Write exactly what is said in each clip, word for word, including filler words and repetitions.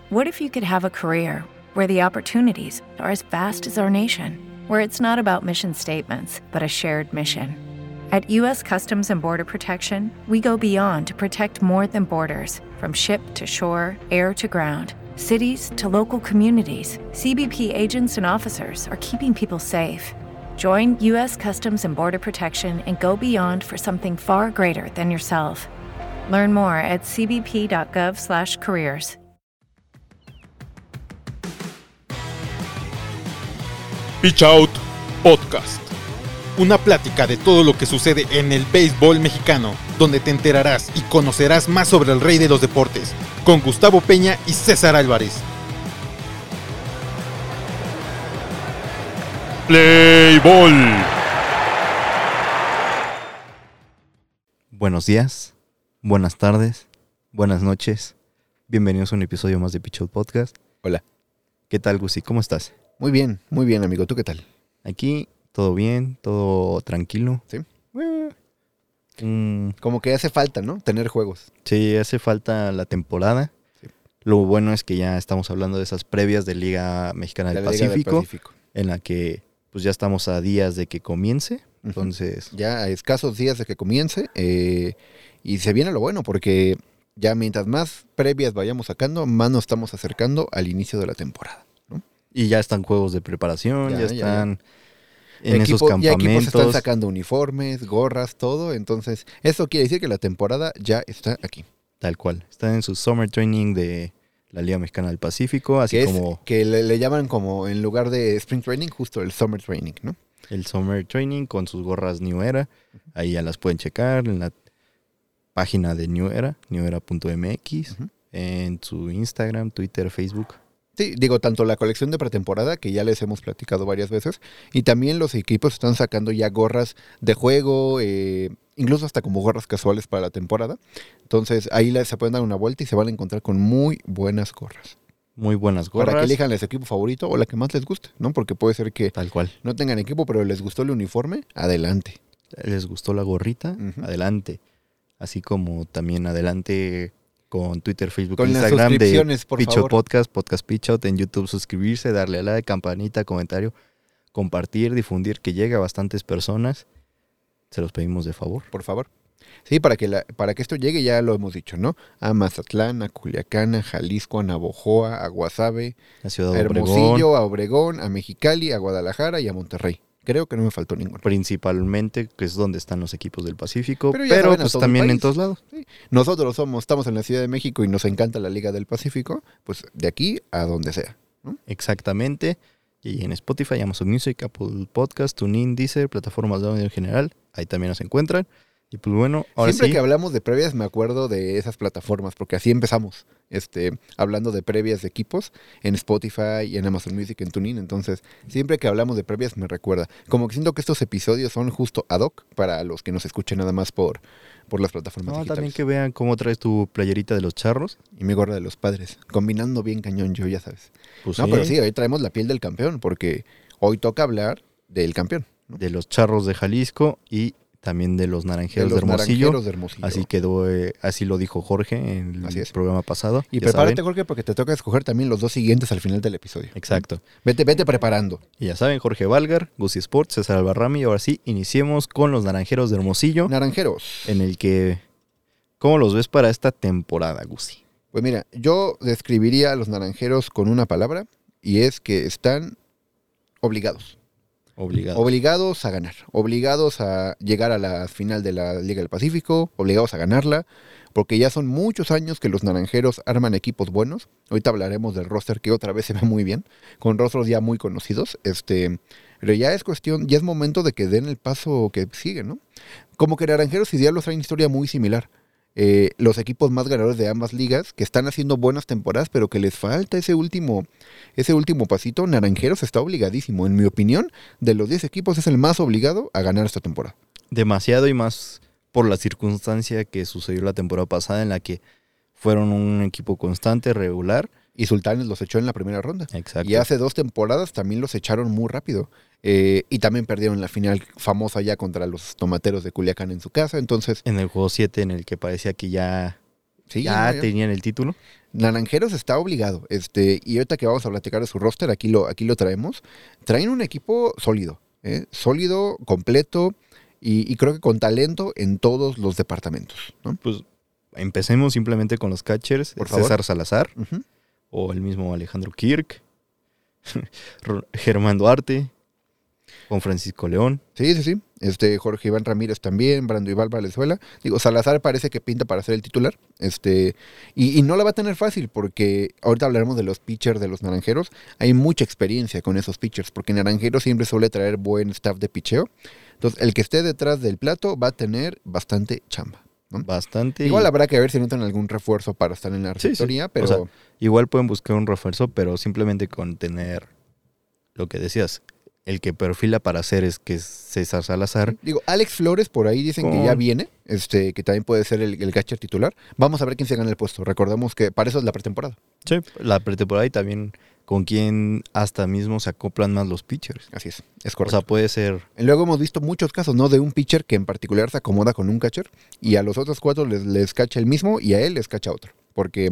What if you could have a career where the opportunities are as vast as our nation, where it's not about mission statements, but a shared mission? At U S Customs and Border Protection, we go beyond to protect more than borders. From ship to shore, air to ground, cities to local communities, C B P agents and officers are keeping people safe. Join U S Customs and Border Protection and go beyond for something far greater than yourself. Learn more at c b p dot gov slash careers. Pitch Out Podcast. Una plática de todo lo que sucede en el béisbol mexicano, donde te enterarás y conocerás más sobre el rey de los deportes, con Gustavo Peña y César Álvarez. Play Ball. Buenos días, buenas tardes, buenas noches. Bienvenidos a un episodio más de Pitch Out Podcast. Hola. ¿Qué tal, Gusi? ¿Cómo estás? Muy bien, muy bien, amigo. ¿Tú qué tal? Aquí todo bien, todo tranquilo. Sí. Mm, Como que hace falta, ¿no? Tener juegos. sí, hace falta la temporada. Sí. Lo bueno es que ya estamos hablando de esas previas de Liga Mexicana del La Liga del Pacífico, Pacífico. en la que pues ya estamos a días de que comience. Ujú. Entonces, Ya a escasos días de que comience eh, y se viene lo bueno porque ya mientras más previas vayamos sacando, más nos estamos acercando al inicio de la temporada. y ya están juegos de preparación, ya, Ya, ya, están en Equipo- esos ya equipos campamentos. están sacando uniformes, gorras, todo. Entonces, eso quiere decir que la temporada ya está aquí. Tal cual. Están en su summer training de la Liga Mexicana del Pacífico, así Que, es, como que le, le llaman como en lugar de spring training, justo el summer training, ¿no? el summer training con sus gorras New Era. Ahí ya las pueden checar en la página de New Era, new era punto m x, Ujú. en su Instagram, Twitter, Facebook. Sí, digo, tanto la colección de pretemporada, que ya les hemos platicado varias veces, y también los equipos están sacando ya gorras de juego, eh, incluso hasta como gorras casuales para la temporada. Entonces, ahí les- se pueden dar una vuelta y se van a encontrar con muy buenas gorras. Muy buenas gorras. Para que elijan su equipo favorito o la que más les guste, ¿no? Porque puede ser que Tal cual. no tengan equipo, pero les gustó el uniforme, adelante. ¿Les gustó la gorrita? Ujú. Adelante. Así como también adelante con Twitter, Facebook, Con las Instagram de suscripciones, por Pitch Out favor. Podcast, Podcast Pitch Out, en YouTube suscribirse, darle a la campanita, comentario, compartir, difundir, que llegue a bastantes personas. Se los pedimos de favor. Por favor. Sí, para que, la, para que esto llegue, ya lo hemos dicho, ¿no? A Mazatlán, a Culiacán, a Jalisco, a Navojoa, a Guasave, La ciudad a de Obregón, Hermosillo, a Obregón, a Mexicali, a Guadalajara y a Monterrey. Creo que no me faltó ninguno. principalmente, que es donde están los equipos del Pacífico, Pero pero, ya saben, a pues todo el también en país. todos lados. Nosotros somos, estamos en la Ciudad de México y nos encanta la Liga del Pacífico, pues de aquí a donde sea. Exactamente. Y en Spotify, Amazon Music, Apple Podcast, TuneIn, Deezer, plataformas de audio en general, ahí también nos encuentran. Y pues bueno, ahora Siempre sí, que hablamos de previas me acuerdo de esas plataformas, porque así empezamos, este, hablando de previas de equipos en Spotify y en Amazon Music, en TuneIn. Entonces, siempre que hablamos de previas me recuerda. Como que siento que estos episodios son justo ad hoc para los que nos escuchen nada más por, por las plataformas no, digitales. también que vean cómo traes tu playerita de los charros. Y mi gorra de los padres, combinando bien cañón yo, ya sabes. Pues No, sí, pero sí, hoy traemos la piel del campeón, porque hoy toca hablar del campeón, ¿no? de los charros de Jalisco y también de los De naranjeros de, los Hermosillo. naranjeros de Hermosillo. Así quedó, eh, así lo dijo Jorge en Así el es. programa pasado. Y ya prepárate, saben. Jorge, porque te toca escoger también los dos siguientes al final del episodio. Exacto. Vete, vete preparando. Y ya saben, Jorge Valgar, Gusi Sports, César Albarrami. Y ahora sí, iniciemos con los naranjeros de Hermosillo, Naranjeros. en el que... ¿Cómo los ves para esta temporada, Gusi? Pues mira, yo describiría a los naranjeros con una palabra y es que están obligados. Obligado. Obligados a ganar. Obligados a llegar a la final de la Liga del Pacífico. Obligados a ganarla. Porque ya son muchos años que los naranjeros arman equipos buenos. Ahorita hablaremos del roster que otra vez se ve muy bien. Con rostros ya muy conocidos. Este, pero ya es cuestión, ya es momento de que den el paso que sigue, ¿no? Como que Naranjeros y Diablos traen historia muy similar. Eh, los equipos más ganadores de ambas ligas, que están haciendo buenas temporadas, pero que les falta ese último, ese último pasito. Naranjeros está obligadísimo. En mi opinión, de los diez equipos es el más obligado a ganar esta temporada. Demasiado, y más por la circunstancia que sucedió la temporada pasada, en la que fueron un equipo constante, regular. Y Sultanes los echó en la primera ronda. Exacto. Y hace dos temporadas también los echaron muy rápido. Eh, y también perdieron la final famosa ya contra los Tomateros de Culiacán en su casa. Entonces, En el juego siete, en el que parecía que ya Sí, ya no, ya. tenían el título. Naranjeros está obligado. Este, y ahorita que vamos a platicar de su roster, aquí lo, aquí lo traemos. Traen un equipo sólido, ¿eh? Sólido, completo y, y creo que con talento en todos los departamentos, ¿no? Pues empecemos simplemente con los catchers. Por favor. César Salazar Uh-huh. o el mismo Alejandro Kirk, Germán Duarte, Juan Francisco León. Sí, sí, sí. Este, Jorge Iván Ramírez también, Brando Ival Valenzuela. Digo, Salazar parece que pinta para ser el titular. Este, y, y no la va a tener fácil porque ahorita hablaremos de los pitchers de los Naranjeros. Hay mucha experiencia con esos pitchers porque Naranjeros siempre suele traer buen staff de picheo. Entonces, el que esté detrás del plato va a tener bastante chamba, ¿no? Bastante. Igual y- habrá que ver si notan algún refuerzo para estar en la Sí, sí. receptoría, pero O sea, igual pueden buscar un refuerzo, pero simplemente con tener lo que decías. El que perfila para hacer es que es César Salazar. digo, Alex Flores por ahí dicen que ya Con- viene, este, que también puede ser el, el catcher titular. Vamos a ver quién se gana el puesto. Recordemos que para eso es la pretemporada. Sí. La pretemporada y también con quién hasta mismo se acoplan más los pitchers. Así es, es O correcto. sea, puede ser. Luego hemos visto muchos casos, ¿no? De un pitcher que en particular se acomoda con un catcher y a los otros cuatro les, les cacha el mismo y a él les cacha otro. Porque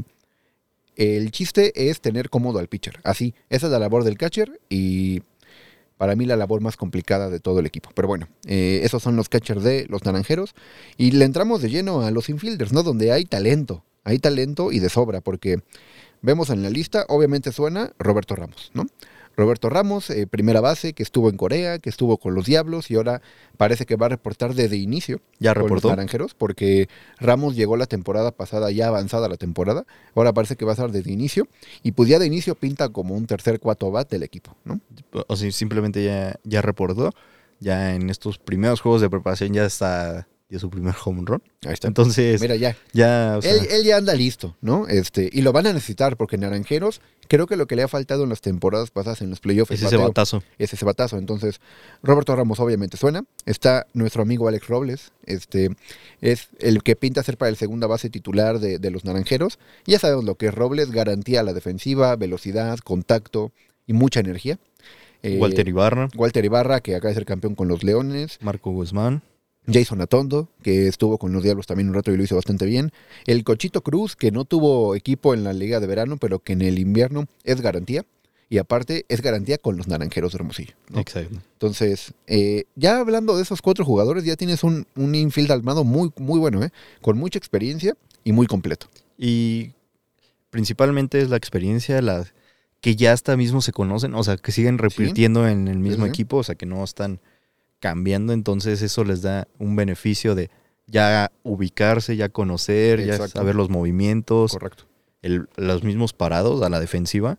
el chiste es tener cómodo al pitcher. Así, esa es la labor del catcher y para mí la labor más complicada de todo el equipo. Pero bueno, eh, esos son los catchers de los Naranjeros. Y le entramos de lleno a los infielders, ¿no? Donde hay talento. Hay talento y de sobra, porque vemos en la lista, obviamente suena Roberto Ramos, ¿no? Roberto Ramos, eh, primera base, que estuvo en Corea, que estuvo con los Diablos y ahora parece que va a reportar desde inicio Ya con reportó. los Naranjeros, porque Ramos llegó la temporada pasada ya avanzada la temporada, ahora parece que va a estar desde inicio y pues ya de inicio pinta como un tercer cuatro bat del equipo, ¿no? O sea, simplemente ya, ya reportó. Ya en estos primeros juegos de preparación ya está. Dio su primer home run. Ahí está. Entonces, Mira, ya. ya. O sea, Él, él ya anda listo, ¿no? Este, y lo van a necesitar porque Naranjeros, creo que lo que le ha faltado en las temporadas pasadas en los playoffs es el ese bateo. batazo. Es ese batazo. Entonces, Roberto Ramos obviamente suena. Está nuestro amigo Alex Robles. Este es el que pinta ser para el segunda base titular de, de los Naranjeros. Ya sabemos lo que es Robles, garantía a la defensiva, velocidad, contacto y mucha energía. Eh, Walter Ibarra, Walter Ibarra, que acaba de ser campeón con los Leones. Marco Guzmán. Jason Atondo, que estuvo con los Diablos también un rato y lo hizo bastante bien. El Cochito Cruz, que no tuvo equipo en la liga de verano, pero que en el invierno es garantía. Y aparte es garantía con los Naranjeros de Hermosillo, ¿no? Exacto. Entonces, eh, ya hablando de esos cuatro jugadores, ya tienes un, un infield armado muy, muy bueno, ¿eh? Con mucha experiencia y muy completo. Y principalmente es la experiencia, la que ya hasta mismo se conocen, o sea, que siguen repitiendo en el mismo Sí, sí. equipo, o sea, que no están cambiando, entonces eso les da un beneficio de ya ubicarse, ya conocer, ya Exacto. saber los movimientos, Correcto. el- los mismos parados a la defensiva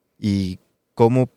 y cómo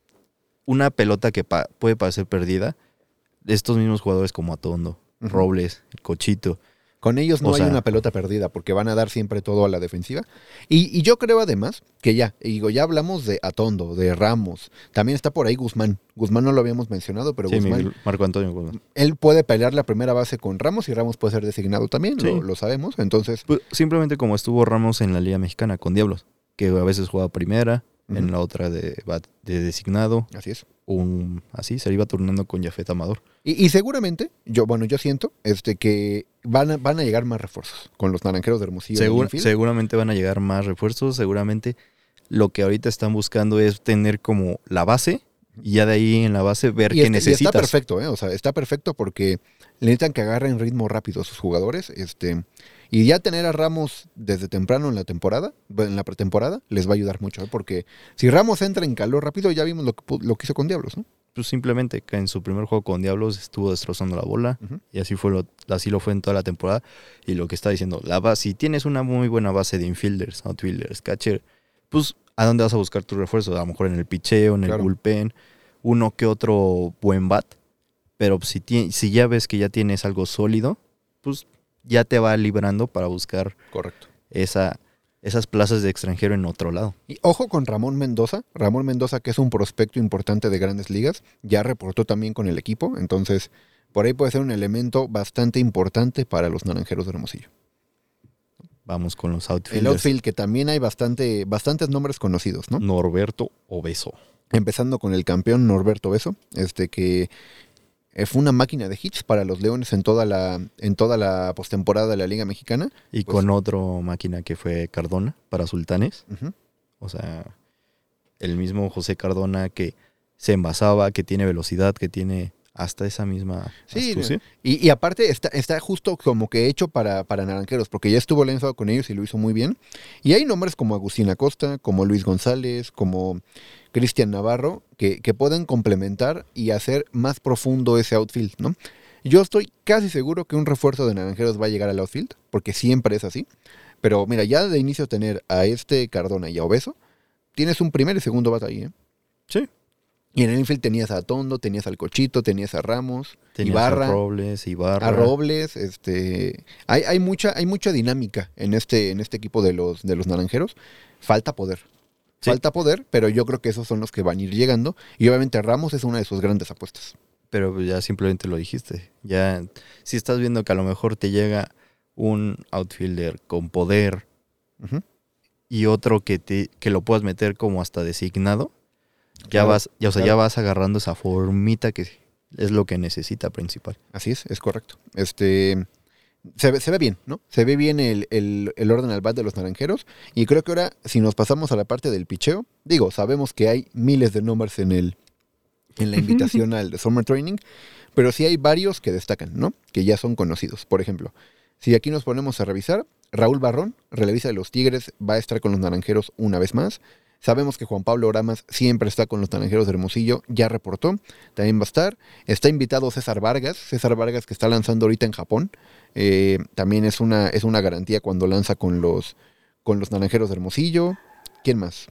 una pelota que pa- puede parecer perdida, estos mismos jugadores como Atondo, Ujú. Robles, el Cochito, Con ellos no O hay sea- una pelota perdida porque van a dar siempre todo a la defensiva. Y, y yo creo además que ya, y digo, ya hablamos de Atondo, de Ramos, también está por ahí Guzmán. Guzmán no lo habíamos mencionado, pero sí, Guzmán, Miguel- Marco Antonio Guzmán. él puede pelear la primera base con Ramos y Ramos puede ser designado también, Sí. lo, lo sabemos. Entonces, Pues, simplemente como estuvo Ramos en la Liga Mexicana con Diablos, que a veces jugaba primera, Ujú. en la otra de, bat- de designado, así es. un, así se iba turnando con Jafet Amador. Y, y seguramente, yo, bueno, yo siento este, que van a, van a llegar más refuerzos con los Naranjeros de Hermosillo. en el Segur- infield. seguramente van a llegar más refuerzos, seguramente lo que ahorita están buscando es tener como la base y ya de ahí en la base ver Y qué está, y necesitas. está perfecto, ¿eh? O sea, está perfecto porque le necesitan que agarren ritmo rápido a sus jugadores. Este, y ya tener a Ramos desde temprano en la temporada, en la pretemporada, les va a ayudar mucho, ¿eh? Porque si Ramos entra en calor rápido, ya vimos lo que, pu- lo que hizo con Diablos, ¿no? Pues simplemente que en su primer juego con Diablos estuvo destrozando la bola Ujú. y así fue lo, así lo fue en toda la temporada. Y lo que está diciendo, la base, si tienes una muy buena base de infielders, outfielders, catcher, pues ¿a dónde vas a buscar tus refuerzos? A lo mejor en el picheo, en el Claro. bullpen, uno que otro buen bat. Pero si, ti- si ya ves que ya tienes algo sólido, pues ya te va librando para buscar Correcto. esa, esas plazas de extranjero en otro lado. Y ojo con Ramón Mendoza. Ramón Mendoza, que es un prospecto importante de Grandes Ligas, ya reportó también con el equipo. Entonces, por ahí puede ser un elemento bastante importante para los Naranjeros de Hermosillo. Vamos con los El outfielders. outfield, que también hay bastante, bastantes nombres conocidos, ¿no? Norberto Obeso. Empezando con el campeón Norberto Beso, este que eh, fue una máquina de hits para los Leones en toda la, en toda la postemporada de la Liga Mexicana. Y Pues- con otro máquina que fue Cardona para Sultanes. Ujú. O sea, el mismo José Cardona que se envasaba, que tiene velocidad, que tiene hasta esa misma Sí, astucia. Y, y aparte está, está justo como que hecho para, para Naranjeros, porque ya estuvo lanzado con ellos y lo hizo muy bien. Y hay nombres como Agustín Acosta, como Luis González, como Cristian Navarro, que, que pueden complementar y hacer más profundo ese outfield, ¿no? Yo estoy casi seguro que un refuerzo de Naranjeros va a llegar al outfield, porque siempre es así. Pero mira, ya de inicio tener a este Cardona y a Obeso, tienes un primer y segundo bat ahí, ¿eh? Sí. Y en el infield tenías a Tondo, tenías al Cochito, tenías a Ramos, Tenías Ibarra, a Robles, Ibarra. a Robles, este, hay, hay mucha, hay mucha dinámica en este, en este equipo de los, de los Naranjeros. Falta poder. Sí. Falta poder, pero yo creo que esos son los que van a ir llegando. Y obviamente Ramos es una de sus grandes apuestas. Pero pues ya simplemente lo dijiste. Ya, si estás viendo que a lo mejor te llega un outfielder con poder Ujú. y otro que te que lo puedas meter como hasta designado, ya Claro, vas, ya, o sea, claro. ya vas agarrando esa formita que es lo que necesita principal. Así es, es correcto. Este, se, ve, se ve bien, ¿no? Se ve bien el, el, el orden al bat de los Naranjeros. Y creo que ahora, si nos pasamos a la parte del picheo, digo, sabemos que hay miles de nombres en el en la invitación al Summer Training, pero sí hay varios que destacan, ¿no? Que ya son conocidos. Por ejemplo, si aquí nos ponemos a revisar, Raúl Barrón, relevista de los Tigres, va a estar con los Naranjeros una vez más. Sabemos que Juan Pablo Oramas siempre está con los Naranjeros de Hermosillo, ya reportó, también va a estar. Está invitado César Vargas, César Vargas que está lanzando ahorita en Japón. Eh, también es una, es una garantía cuando lanza con los, con los Naranjeros de Hermosillo. ¿Quién más?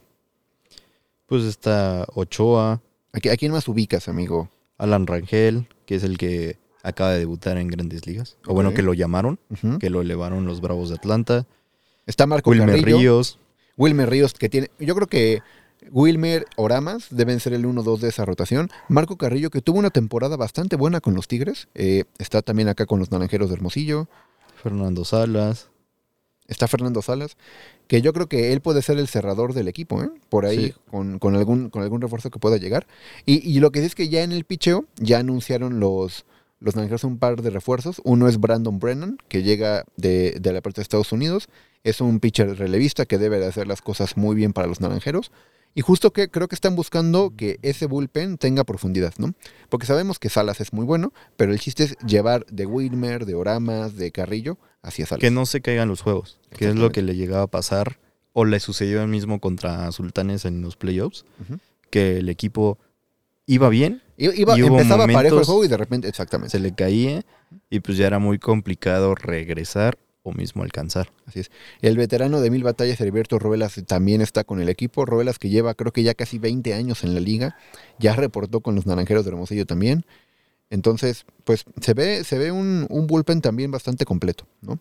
Pues está Ochoa, ¿A, qui- a quién más ubicas, amigo? Alan Rangel, que es el que acaba de debutar en Grandes Ligas. O bueno, Ok. que lo llamaron, Ujú. que lo elevaron los Bravos de Atlanta. Está Marco Wilmer Carrillo. Ríos. Wilmer Ríos, que tiene. Yo creo que Wilmer Oramas deben ser el uno dos de esa rotación. Marco Carrillo, que tuvo una temporada bastante buena con los Tigres. eh, está también acá con los Naranjeros de Hermosillo. Fernando Salas. Está Fernando Salas, que yo creo que él puede ser el cerrador del equipo, ¿eh? Por ahí, Sí. con, con algún, con algún refuerzo que pueda llegar. Y, y lo que sí es que ya en el picheo, ya anunciaron los, los Naranjeros un par de refuerzos. Uno es Brandon Brennan, que llega de, de la parte de Estados Unidos. Es un pitcher relevista que debe de hacer las cosas muy bien para los Naranjeros. Y justo que creo que están buscando que ese bullpen tenga profundidad, ¿no? Porque sabemos que Salas es muy bueno, pero el chiste es llevar de Wilmer, de Oramas, de Carrillo hacia Salas. Que no se caigan los juegos, que es lo Exactamente. que le llegaba a pasar o le sucedió mismo contra Sultanes en los playoffs, Ujú. que el equipo iba bien, I- Iba, Y hubo empezaba parejo el momentos- juego y de repente, exactamente. se le caía y pues ya era muy complicado regresar o mismo alcanzar. Así es. El veterano de mil batallas, Heriberto Ruelas, también está con el equipo. Ruelas que lleva creo que ya casi veinte años en la liga. Ya reportó con los Naranjeros de Hermosillo también. Entonces, pues se ve, se ve un, un bullpen también bastante completo, ¿no?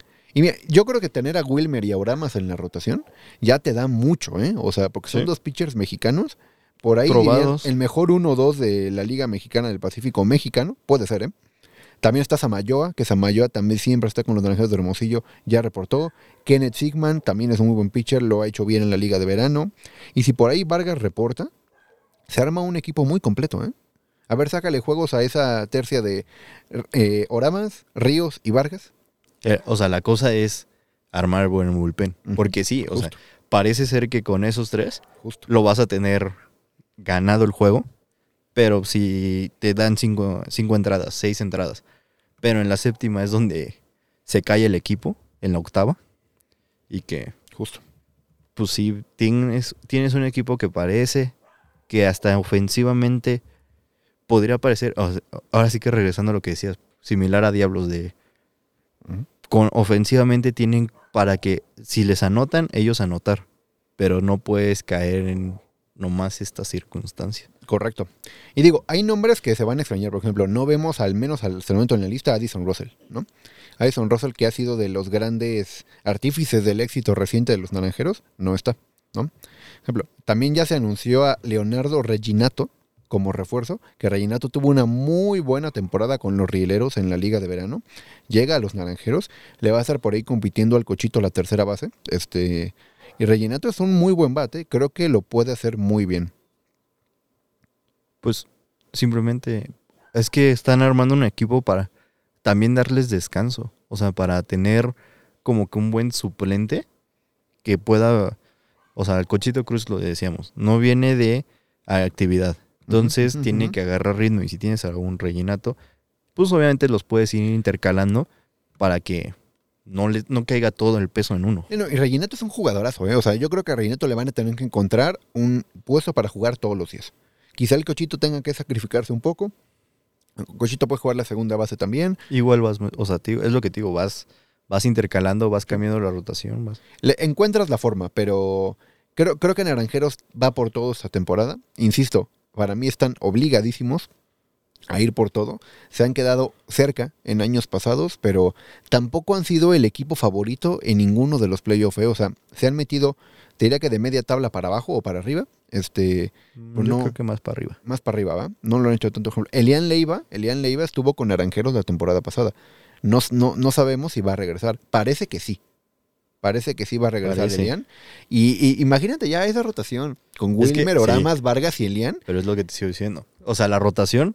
Y mira, yo creo que tener a Wilmer y a Oramas en la rotación ya te da mucho, ¿eh? O sea, porque son Sí. dos pitchers mexicanos. Por ahí Probados. dirían el mejor uno o dos de la Liga Mexicana del Pacífico mexicano. Puede ser, ¿eh? También está Samayoa, que Samayoa también siempre está con los Naranjeros de Hermosillo, ya reportó. Kenneth Sigman también es un muy buen pitcher, lo ha hecho bien en la Liga de Verano. Y si por ahí Vargas reporta, se arma un equipo muy completo, ¿eh? A ver, sácale juegos a esa tercia de eh, Oramas, Ríos y Vargas. Eh, o sea, la cosa es armar buen bullpen, Ujú. porque sí, o sea, Justo. parece ser que con esos tres Justo. lo vas a tener ganado el juego, pero si te dan cinco, cinco entradas, seis entradas, pero en la séptima es donde se cae el equipo, en la octava, y que, Justo. pues sí, tienes, tienes un equipo que parece que hasta ofensivamente podría parecer, o sea, ahora sí que regresando a lo que decías, similar a Diablos de... Ujú. Con, ofensivamente tienen para que si les anotan, ellos anotar, pero no puedes caer en nomás esta circunstancia. Correcto. Y digo, hay nombres que se van a extrañar. Por ejemplo, no vemos al menos al hasta el momento en la lista a Addison Russell, ¿no? Addison Russell, que ha sido de los grandes artífices del éxito reciente de los Naranjeros, no está, ¿no? Por ejemplo, también ya se anunció a Leonardo Reginato como refuerzo, que Reginato tuvo una muy buena temporada con los Rieleros en la Liga de Verano. Llega a los Naranjeros, le va a estar por ahí compitiendo al Cochito la tercera base. Este, y Reginato es un muy buen bate, creo que lo puede hacer muy bien. Pues simplemente es que están armando un equipo para también darles descanso. O sea, para tener como que un buen suplente que pueda... O sea, el Cochito Cruz lo decíamos, no viene de actividad. Entonces Ujú, tiene ujú. que agarrar ritmo. Y si tienes algún Reginato, pues obviamente los puedes ir intercalando para que no, le, no caiga todo el peso en uno. Y, no, y Reginato es un jugadorazo, ¿eh? O sea, yo creo que a Reginato le van a tener que encontrar un puesto para jugar todos los días. Quizá el Cochito tenga que sacrificarse un poco. El Cochito puede jugar la segunda base también. Igual vas, o sea, te digo, es lo que te digo, vas, vas intercalando, vas cambiando la rotación. Vas. Le encuentras la forma, pero creo, creo que Naranjeros va por todo esta temporada. Insisto, para mí están obligadísimos a ir por todo. Se han quedado cerca en años pasados, pero tampoco han sido el equipo favorito en ninguno de los playoffs. ¿eh? O sea, se han metido, te diría que de media tabla para abajo o para arriba. Este, Yo no- creo que más para arriba. más para arriba, ¿va? No lo han hecho tanto. Ejemplo. Elian Leiva, Elian Leiva estuvo con Naranjeros la temporada pasada. No, no, no sabemos si va a regresar. Parece que sí. Parece que sí va a regresar Parece. Elian. Y, y imagínate ya esa rotación con Es que, Wilmer, sí. Oramas, Vargas y Elian. Pero es lo que te sigo diciendo. O sea, la rotación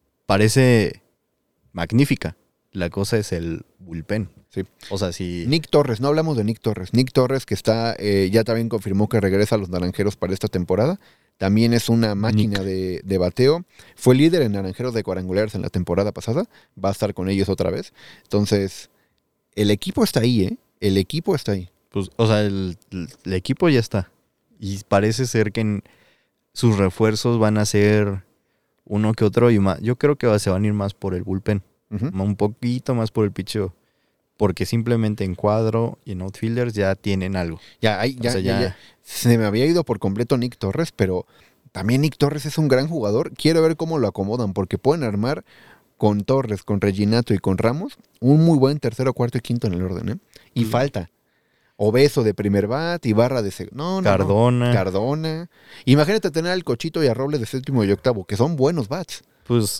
parece magnífica. La cosa es el bullpen. Sí. O sea, si... Nick Torres, no hablamos de Nick Torres. Nick Torres que está, eh, ya también confirmó que regresa a los Naranjeros para esta temporada. También es una máquina de, de bateo. Fue líder en Naranjeros de cuadrangulares en la temporada pasada. Va a estar con ellos otra vez. Entonces, el equipo está ahí, ¿eh? El equipo está ahí. Pues, o sea, el, el- el equipo ya está. Y parece ser que en sus refuerzos van a ser uno que otro y más. Yo creo que va- se van a ir más por el bullpen. Ujú. Un poquito más por el picheo. Porque simplemente en cuadro y en outfielders ya tienen algo. Ya, ahí, ya, O sea, ya, ya- ya. Se me había ido por completo Nick Torres, pero también Nick Torres es un gran jugador. Quiero ver cómo lo acomodan, porque pueden armar con Torres, con Reginato y con Ramos un muy buen tercero, cuarto y quinto en el orden, ¿eh? Y Mm. falta Obeso de primer bat, Ibarra de segundo. No, no, no. Cardona. Cardona. Imagínate tener al Cochito y a Robles de séptimo y octavo, que son buenos bats. Pues,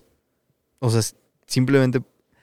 o sea, s- simplemente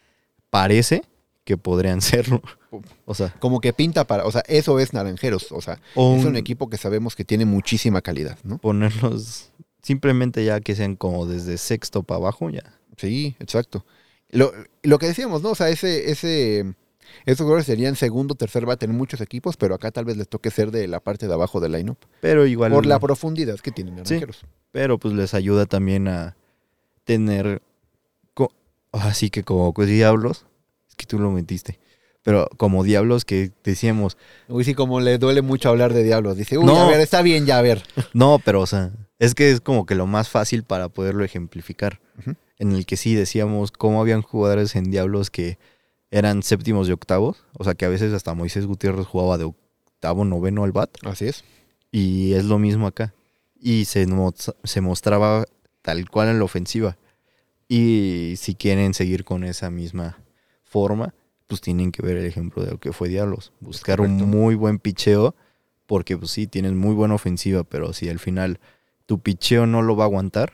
parece que podrían serlo. O sea, Como que pinta para. O sea, eso es Naranjeros. O sea, o es un un- equipo que sabemos que tiene muchísima calidad, ¿no? ponerlos simplemente ya que sean como desde sexto para abajo, ya. Sí, exacto. Lo, lo que decíamos, ¿no? O sea, ese, ese, esos jugadores serían segundo, tercer bate en muchos equipos, pero acá tal vez les toque ser de la parte de abajo del line-up. Pero igual. Por la profundidad que tienen Naranjeros. Pero pues les ayuda también a tener. co- Así que como pues, diablos. Es que tú lo metiste. Pero como diablos que decíamos. Uy, sí, como le duele mucho hablar de Diablos. Dice, uy, No. a ver, está bien ya, a ver. No, pero o sea, es que es como que lo más fácil para poderlo ejemplificar. Ujú. En el que sí decíamos cómo habían jugadores en diablos que eran séptimos y octavos. O sea que a veces hasta Moisés Gutiérrez jugaba de octavo, noveno al bat. Así es. Y es lo mismo acá. Y se, mo- se mostraba tal cual en la ofensiva. Y si quieren seguir con esa misma forma, pues tienen que ver el ejemplo de lo que fue Diablos. Buscar correcto. un muy buen picheo, porque pues sí, tienes muy buena ofensiva, pero si al final tu picheo no lo va a aguantar,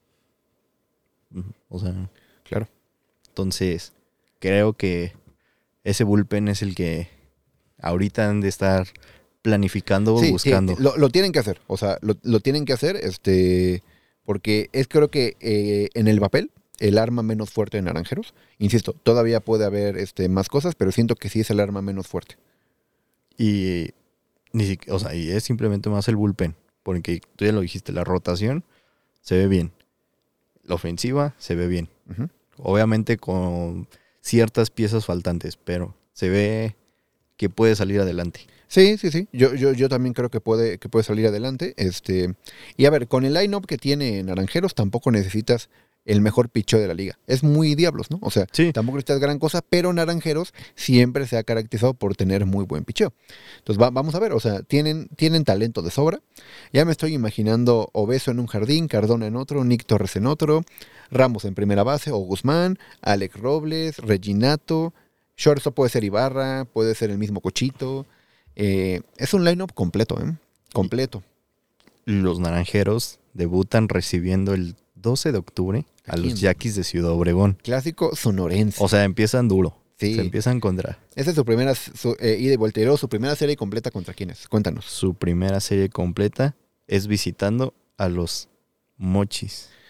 o sea, Claro. entonces creo que ese bullpen es el que ahorita han de estar planificando o Sí, buscando. sí, lo, lo tienen que hacer. O sea, lo, lo tienen que hacer, este, porque es creo que eh, en el papel el arma menos fuerte de Naranjeros. Insisto, todavía puede haber este, más cosas, pero siento que sí es el arma menos fuerte. Y ni siquiera, o sea, y es simplemente más el bullpen. Porque tú ya lo dijiste, la rotación se ve bien. La ofensiva se ve bien. Ujú. Obviamente con ciertas piezas faltantes, pero se ve que puede salir adelante. Sí, sí, sí. Yo, yo, yo también creo que puede, que puede salir adelante. Este, y a ver, con el line-up que tiene Naranjeros, tampoco necesitas el mejor picheo de la liga. Es muy diablos, ¿no? O sea, Sí. tampoco necesitas gran cosa, pero Naranjeros siempre se ha caracterizado por tener muy buen picheo. Entonces, va- vamos a ver, o sea, tienen, tienen talento de sobra. Ya me estoy imaginando Obeso en un jardín, Cardona en otro, Nick Torres en otro, Ramos en primera base, o Guzmán, Alex Robles, Reginato, shortstop puede ser Ibarra, puede ser el mismo Cochito. Eh, es un line-up completo, ¿eh? Completo. Los naranjeros debutan recibiendo el doce de octubre a ¿A los quién? Yaquis de Ciudad Obregón. Clásico sonorense. O sea, empiezan duro. Sí. Se empiezan contra Esa es su primera su, eh, ida y vuelta. Y luego su primera serie completa contra quiénes. Cuéntanos. su primera serie completa. Es visitando a los Mochis.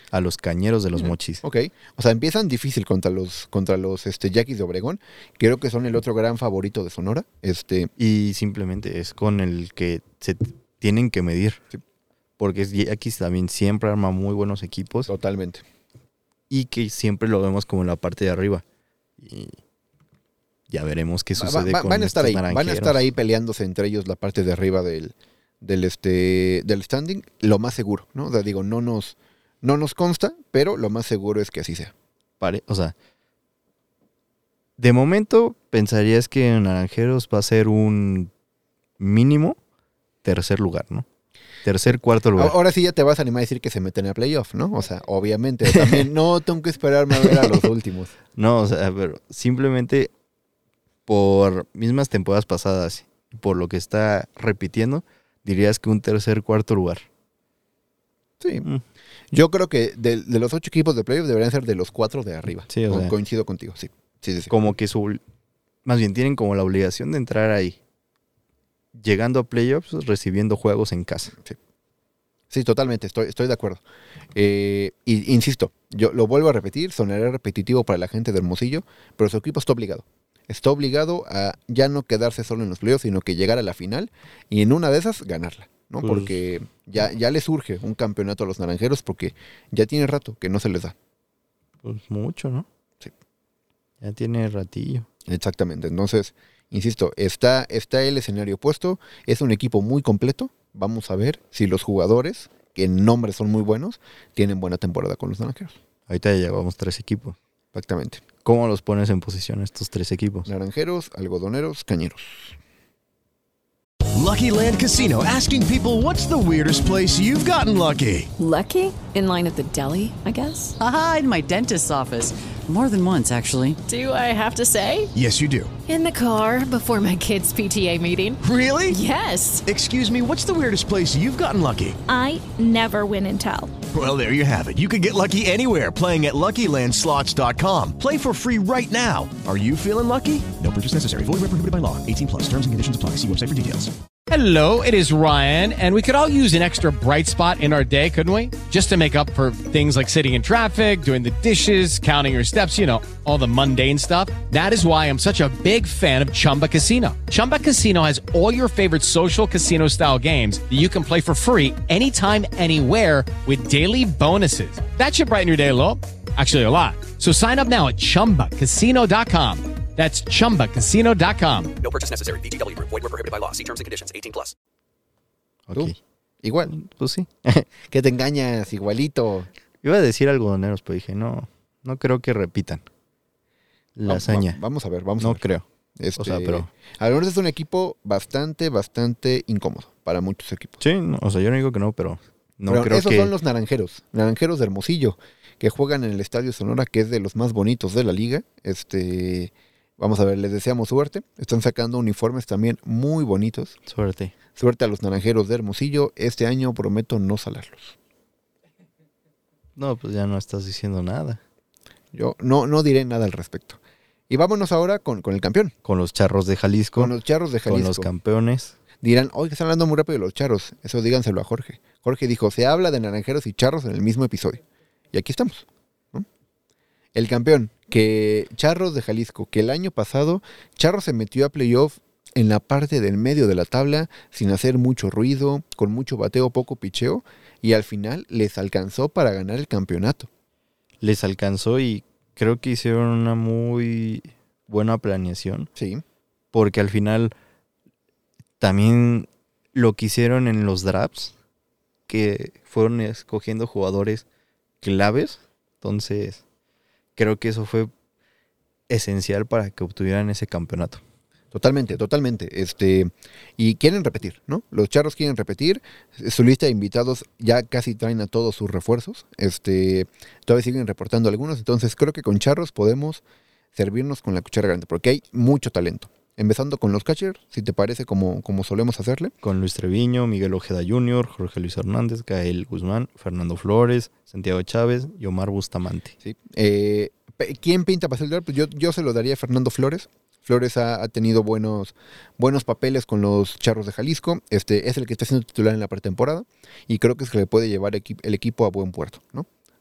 A los Cañeros de los Mm, Mochis. Ok, o sea, empiezan difícil contra los contra los este, Yaquis de Obregón. Creo que son el otro gran favorito de Sonora. Este, Y simplemente es con el que se t- tienen que medir. Sí. Porque Yaquis también siempre arma muy buenos equipos totalmente. y que siempre lo vemos como en la parte de arriba. Y ya veremos qué Va- sucede va- con van a estar estos ahí, van a naranjeros. estar ahí peleándose entre ellos la parte de arriba del, del este del standing, lo más seguro, ¿no? O sea, digo, no nos no nos consta, pero lo más seguro es que así sea. Pare- o sea, de momento pensarías que Naranjeros va a ser un mínimo tercer lugar, ¿no? Tercer, cuarto lugar. Ahora sí ya te vas a animar a decir que se meten a playoff, ¿no? O sea, obviamente, también no tengo que esperarme a ver a los últimos. No, o sea, pero simplemente por mismas temporadas pasadas, por lo que está repitiendo, dirías que un tercer, cuarto lugar. Sí. Mm. Yo creo que de, de los ocho equipos de playoff deberían ser de los cuatro de arriba. Sí, o Co- sea. coincido contigo, sí. Sí, sí, sí. Como que su... Más bien tienen como la obligación de entrar ahí. Llegando a playoffs, recibiendo juegos en casa. Sí, totalmente, estoy, estoy de acuerdo. Eh, y insisto, yo lo vuelvo a repetir, sonará repetitivo para la gente de Hermosillo, pero su equipo está obligado. Está obligado a ya no quedarse solo en los playoffs, sino que llegar a la final y en una de esas ganarla, ¿no? Pues- Porque ya, ya les surge un campeonato a los naranjeros porque ya tiene rato que no se les da. Pues mucho, ¿no? Sí. Ya tiene ratillo. Exactamente, entonces, insisto, está, está el escenario puesto, es un equipo muy completo, vamos a ver si los jugadores, que en nombre son muy buenos, tienen buena temporada con los naranjeros. Ahorita ya llevamos tres equipos. Exactamente. ¿Cómo los pones en posición estos tres equipos? Naranjeros, algodoneros, cañeros. Lucky Land Casino, asking people, what's the weirdest place you've gotten lucky? Lucky? In line at the deli, I guess? Aha, in my dentist's office. More than once, actually. Do I have to say? Yes, you do. In the car before my kids' P T A meeting. Really? Yes. Excuse me, what's the weirdest place you've gotten lucky? I never win and tell. Well, there you have it. You can get lucky anywhere, playing at Lucky Land Slots dot com. Play for free right now. Are you feeling lucky? No purchase necessary. Void where prohibited by law. eighteen plus. Terms and conditions apply. See website for details. Hello, it is Ryan, and we could all use an extra bright spot in our day, couldn't we? Just to make up for things like sitting in traffic, doing the dishes, counting your steps, you know, all the mundane stuff. That is why I'm such a big fan of Chumba Casino. Chumba Casino has all your favorite social casino style games that you can play for free anytime, anywhere with daily bonuses. That should brighten your day a little. Actually, a lot. So sign up now at chumba casino dot com. That's chumba casino dot com. No purchase necessary. V G W Group. Void where prohibited by law. See terms and conditions. eighteen plus. Ok. ¿Tú? Igual. Pues sí. Que te engañas, igualito. Iba a decir algodoneros, pero dije, no, no creo que repitan la Va- hazaña. va- vamos a ver, vamos a No ver. creo. Este, O sea, pero... Algodoneros es un equipo bastante, bastante incómodo para muchos equipos. Sí, no, o sea, yo no digo que no, pero no Pero creo esos que... son los naranjeros, naranjeros de Hermosillo, que juegan en el Estadio Sonora, que es de los más bonitos de la liga. Este, vamos a ver, les deseamos suerte. Están sacando uniformes también muy bonitos. Suerte. Suerte a los naranjeros de Hermosillo. Este año prometo no salarlos. No, pues ya no estás diciendo nada. Yo no, no diré nada al respecto. Y vámonos ahora con, con el campeón, Con los Charros de Jalisco, con los Charros de con Jalisco. los campeones. Dirán, oye, que están hablando muy rápido de los Charros. Eso díganselo a Jorge. Jorge dijo, se habla de naranjeros y charros en el mismo episodio. Y aquí estamos, ¿no? El campeón, que Charros de Jalisco, que el año pasado Charros se metió a playoff en la parte del medio de la tabla, sin hacer mucho ruido, con mucho bateo, poco picheo, y al final les alcanzó para ganar el campeonato. Les alcanzó y creo que hicieron una muy buena planeación. Sí. Porque al final también lo que hicieron en los drafts, que fueron escogiendo jugadores claves. Entonces, creo que eso fue esencial para que obtuvieran ese campeonato. Totalmente, totalmente. Este, y quieren repetir, ¿no? Los Charros quieren repetir. Su lista de invitados ya casi traen a todos sus refuerzos. Este, todavía siguen reportando algunos. Entonces, creo que con Charros podemos servirnos con la cuchara grande, porque hay mucho talento. Empezando con los catchers, si te parece, como, como solemos hacerle. Con Luis Treviño, Miguel Ojeda junior, Jorge Luis Hernández, Gael Guzmán, Fernando Flores, Santiago Chávez y Omar Bustamante. ¿Sí? Eh, ¿Quién pinta para ser el Pues yo, yo se lo daría a Fernando Flores. Flores ha, ha tenido buenos, buenos papeles con los Charros de Jalisco. Este es el que está siendo titular en la pretemporada y creo que es que le puede llevar equi- el equipo a buen puerto, ¿no?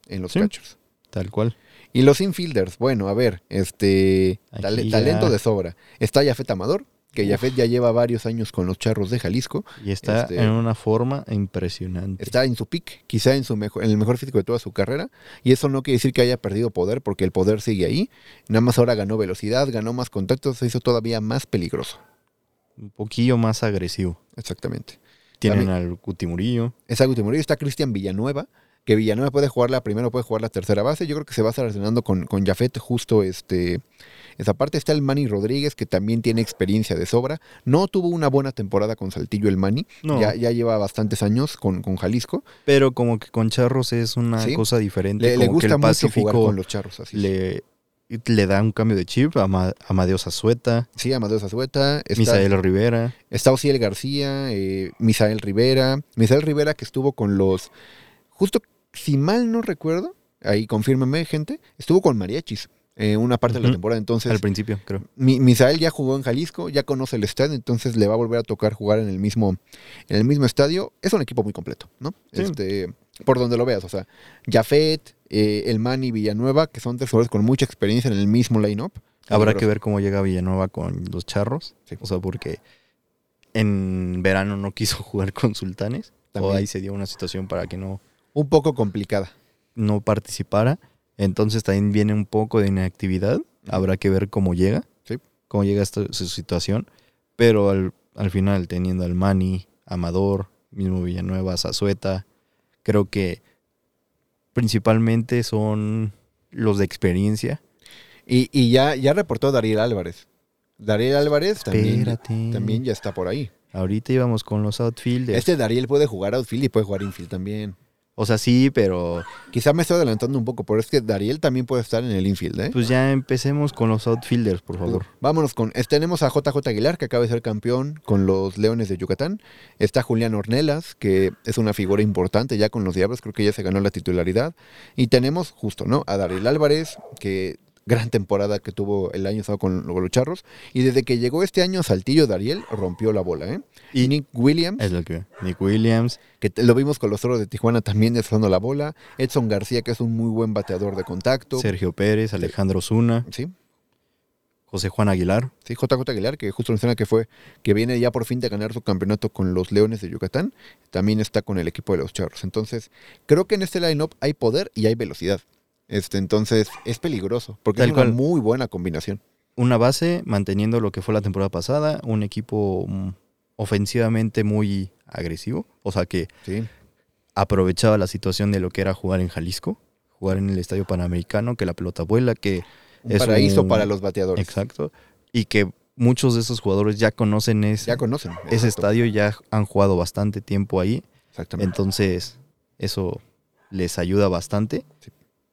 en los Sí. catchers. Tal cual. Y los infielders, bueno, a ver, este tale- Aquí talento ya- de sobra. Está Yafet Amador, que Yafet ya lleva varios años con los Charros de Jalisco. Y está Este, en una forma impresionante. Está en su pick, quizá en su mejor, en el mejor físico de toda su carrera. Y eso no quiere decir que haya perdido poder, porque el poder sigue ahí. Nada más ahora ganó velocidad, ganó más contactos, se hizo todavía más peligroso. Un poquillo más agresivo. Exactamente. Tienen También- al Cuti Murillo. Es Agustín Murillo, está Cristian Villanueva, que Villanueva puede jugar la primera, puede jugar la tercera base. Yo creo que se va a estar relacionando con, con Yafet justo este, esa parte. Está el Manny Rodríguez, que también tiene experiencia de sobra. No tuvo una buena temporada con Saltillo el Manny. No. Ya, ya lleva bastantes años con, con Jalisco. Pero como que con Charros es una Sí. cosa diferente. Le, le como que gusta el mucho jugar Pacífico con los Charros. Así. le, le da un cambio de chip a Ma- Amadeo Zazueta, Sí, Amadeo Zazueta. Está, Misael Rivera. está Ociel García, eh, Misael Rivera. Misael Rivera que estuvo con los... Justo, si mal no recuerdo, ahí confírmeme, gente, estuvo con Mariachis eh, una parte de la Ujú. temporada. Entonces, Al principio, creo. Mi- Misael ya jugó en Jalisco, ya conoce el estadio, entonces le va a volver a tocar jugar en el mismo, en el mismo estadio. Es un equipo muy completo, ¿no? Sí. Este, por donde lo veas, o sea, Yafet, eh, el Manny Villanueva, que son tres jugadores con mucha experiencia en el mismo line-up. Habrá que ver cómo llega Villanueva con los Charros. Sí. O sea, porque en verano no quiso jugar con Sultanes. También. O ahí se dio una situación para que no, Un poco complicada. no participara. Entonces también viene un poco de inactividad. Habrá que ver cómo llega. Sí. Cómo llega esta su situación. Pero al, al final, teniendo al Manny, Amador, mismo Villanueva, Zazueta, creo que principalmente son los de experiencia. Y, y ya, ya reportó Dariel Álvarez. Dariel Álvarez también, Espérate. también ya está por ahí. Ahorita íbamos con los outfielders. Este Dariel puede jugar outfield y puede jugar infield también. O sea, sí, pero Quizá me estoy adelantando un poco, pero es que Dariel también puede estar en el infield, ¿eh? pues ya empecemos con los outfielders, por favor. Vámonos con... es- tenemos a J J Aguilar, que acaba de ser campeón con los Leones de Yucatán. Está Julián Ornelas, que es una figura importante ya con los Diablos, creo que ya se ganó la titularidad. Y tenemos justo, ¿no? A Dariel Álvarez, que gran temporada que tuvo el año pasado con los Charros. Y desde que llegó este año Saltillo, Dariel rompió la bola, ¿eh? Y Nick Williams, Es lo que Nick Williams, que te- lo vimos con los Toros de Tijuana también destrozando la bola. Edson García, que es un muy buen bateador de contacto. Sergio Pérez, Alejandro Zuna, Sí, José Juan Aguilar. sí, J J Aguilar, que justo menciona que fue, que viene ya por fin de ganar su campeonato con los Leones de Yucatán, también está con el equipo de los Charros. Entonces, creo que en este line-up hay poder y hay velocidad. Este, entonces, es peligroso, porque Tal es una cual. muy buena combinación. Una base manteniendo lo que fue la temporada pasada, un equipo mm, ofensivamente muy agresivo, o sea que Sí, aprovechaba la situación de lo que era jugar en Jalisco, jugar en el Estadio Panamericano, que la pelota vuela, que un es paraíso un- para los bateadores. Exacto, y que muchos de esos jugadores ya conocen ese, Ya conocen. ese exacto, estadio, ya han jugado bastante tiempo ahí, Exactamente. entonces eso les ayuda bastante. Sí.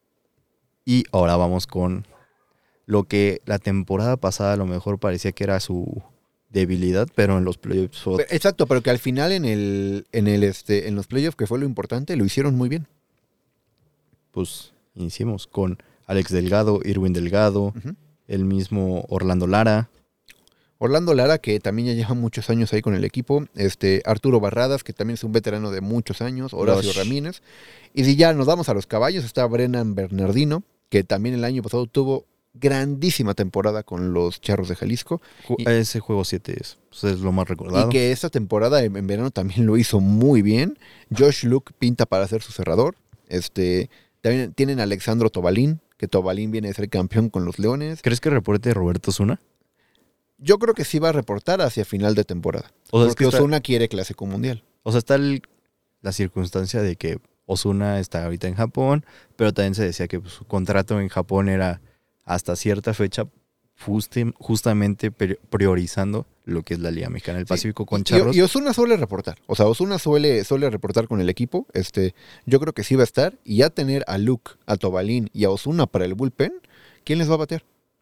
Y ahora vamos con lo que la temporada pasada a lo mejor parecía que era su debilidad, pero en los playoffs fue- Pero- Exacto, pero que al final en el, en el este, en los playoffs, que fue lo importante, lo hicieron muy bien. pues iniciemos con Alex Delgado, Irwin Delgado, Ujú. el mismo Orlando Lara, Orlando Lara, que también ya lleva muchos años ahí con el equipo. Este, Arturo Barradas, que también es un veterano de muchos años. Horacio Rush. Ramírez. Y si ya nos vamos a los caballos, está Brennan Bernardino, que también el año pasado tuvo grandísima temporada con los Charros de Jalisco. Ju- Y- ese juego siete es, pues, es lo más recordado. Y que esta temporada en, en verano también lo hizo muy bien. Josh Luke pinta para ser su cerrador. Este, también tienen a Alexandro Tobalín, que Tobalín viene de ser campeón con los Leones. ¿Crees que reporte Roberto Zuna? Yo creo que sí va a reportar hacia final de temporada. O sea, es porque que está- Osuna quiere Clásico Mundial. O sea, está el- la circunstancia de que Ozuna está ahorita en Japón, pero también se decía que pues, su contrato en Japón era hasta cierta fecha, justi- justamente pri- priorizando lo que es la Liga Mexicana del Pacífico con Y- Charros. Y, Osuna suele reportar. O sea, Osuna suele, suele reportar con el equipo. Este, yo creo que sí va a estar. Y ya tener a Luke, a Tobalín y a Osuna para el bullpen, ¿quién les va a batear?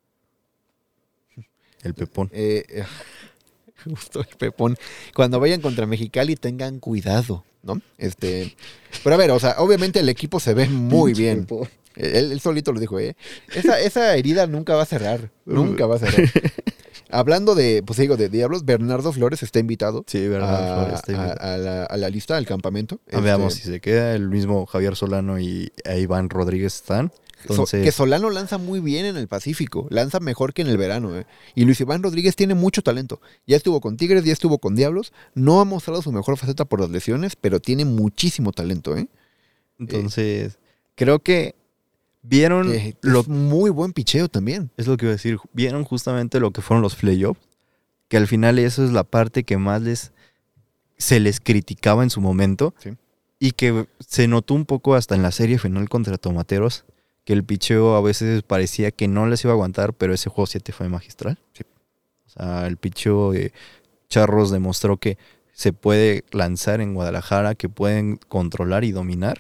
El Pepón. Eh, eh, justo el Pepón. Cuando vayan contra Mexicali, tengan cuidado, ¿no? Este, pero a ver, o sea, obviamente el equipo se ve muy bien. Él, él solito lo dijo, ¿eh? Esa, esa herida nunca va a cerrar. Nunca va a cerrar. Hablando de, pues digo, de Diablos, Bernardo Flores está invitado, sí, Bernardo a, Flores está invitado. A, a, la, a la lista, al campamento. Ah, este... Veamos si se queda. El mismo Javier Solano y Iván Rodríguez están. Entonces... So, que Solano lanza muy bien en el Pacífico, lanza mejor que en el verano. ¿eh? Y Luis Iván Rodríguez tiene mucho talento. Ya estuvo con Tigres, ya estuvo con Diablos. No ha mostrado su mejor faceta por las lesiones, pero tiene muchísimo talento. ¿eh? Entonces, eh, creo que vieron... Eh, lo, muy buen picheo también. Es lo que iba a decir. Vieron justamente lo que fueron los playoffs. Que al final eso es la parte que más les se les criticaba en su momento. Sí. Y que se notó un poco hasta en la serie final contra Tomateros. Que el picheo a veces parecía que no les iba a aguantar, pero ese juego siete fue magistral. Sí. O sea, el picheo de Charros demostró que se puede lanzar en Guadalajara, que pueden controlar y dominar,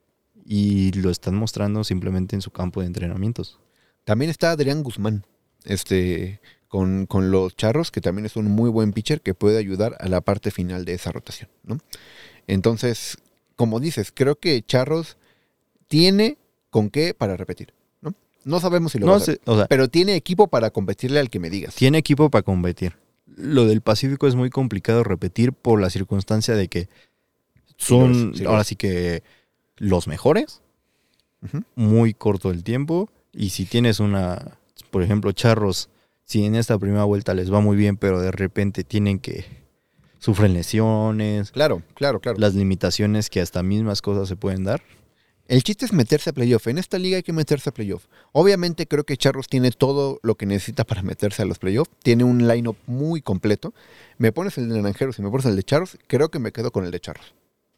y lo están mostrando simplemente en su campo de entrenamientos. También está Adrián Guzmán, este, con, con los Charros, que también es un muy buen pitcher que puede ayudar a la parte final de esa rotación, ¿no? Entonces, como dices, creo que Charros tiene... ¿Con qué? Para repetir, ¿no? No sabemos si lo no va a hacer, sé, o sea, pero tiene equipo para competirle al que me digas. Tiene equipo para competir. Lo del Pacífico es muy complicado repetir por la circunstancia de que son, sí, sí, ahora sí que los mejores, uh-huh. muy corto el tiempo, y si tienes una, por ejemplo, Charros, si en esta primera vuelta les va muy bien, pero de repente tienen que, sufren lesiones. Claro, claro, claro. Las limitaciones que hasta mismas cosas se pueden dar. El chiste es meterse a playoff. En esta liga hay que meterse a playoff. Obviamente creo que Charros tiene todo lo que necesita para meterse a los playoffs. Tiene un line-up muy completo. Me pones el de Naranjeros y me pones el de Charros, creo que me quedo con el de Charros.